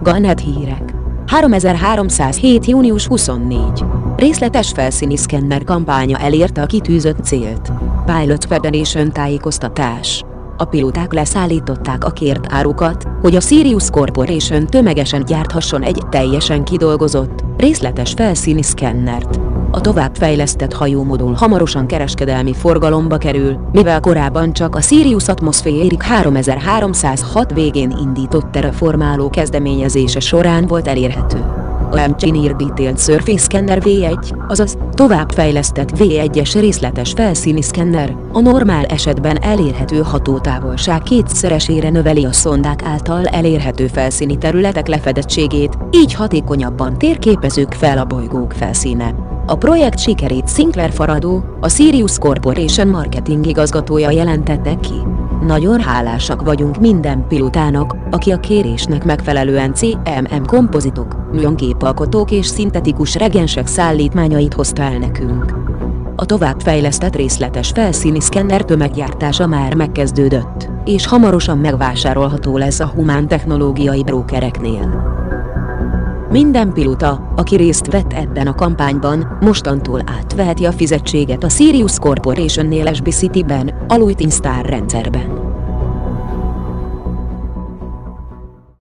Net hírek. 3307. június 24. Részletes felszíni szkenner kampánya elérte a kitűzött célt. Pilot Federation tájékoztatás. A pilóták leszállították a kért árukat, hogy a Sirius Corporation tömegesen gyárthasson egy teljesen kidolgozott, részletes felszíni szkennert. A továbbfejlesztett hajómodul hamarosan kereskedelmi forgalomba kerül, mivel korábban csak a Sirius Atmospheric 3306 végén indított terraformáló kezdeményezése során volt elérhető. A Engineer Detailed Surface Scanner V1, azaz továbbfejlesztett V1-es részletes felszíni szkenner, a normál esetben elérhető hatótávolság kétszeresére növeli a szondák által elérhető felszíni területek lefedettségét, így hatékonyabban térképezzük fel a bolygók felszíne. A projekt sikerét Sinclair Faraday, a Sirius Corporation marketing igazgatója jelentette ki. Nagyon hálásak vagyunk minden pilótának, aki a kérésnek megfelelően CMM kompozitok, műanyagképalkotók és szintetikus regensek szállítmányait hozta el nekünk. A továbbfejlesztett részletes felszíni szkenner tömeggyártása már megkezdődött, és hamarosan megvásárolható lesz a humán technológiai brókereknél. Minden pilóta, aki részt vett ebben a kampányban, mostantól átveheti a fizetséget a Sirius Corporation-nél SB City-ben, a Lightning Star rendszerben.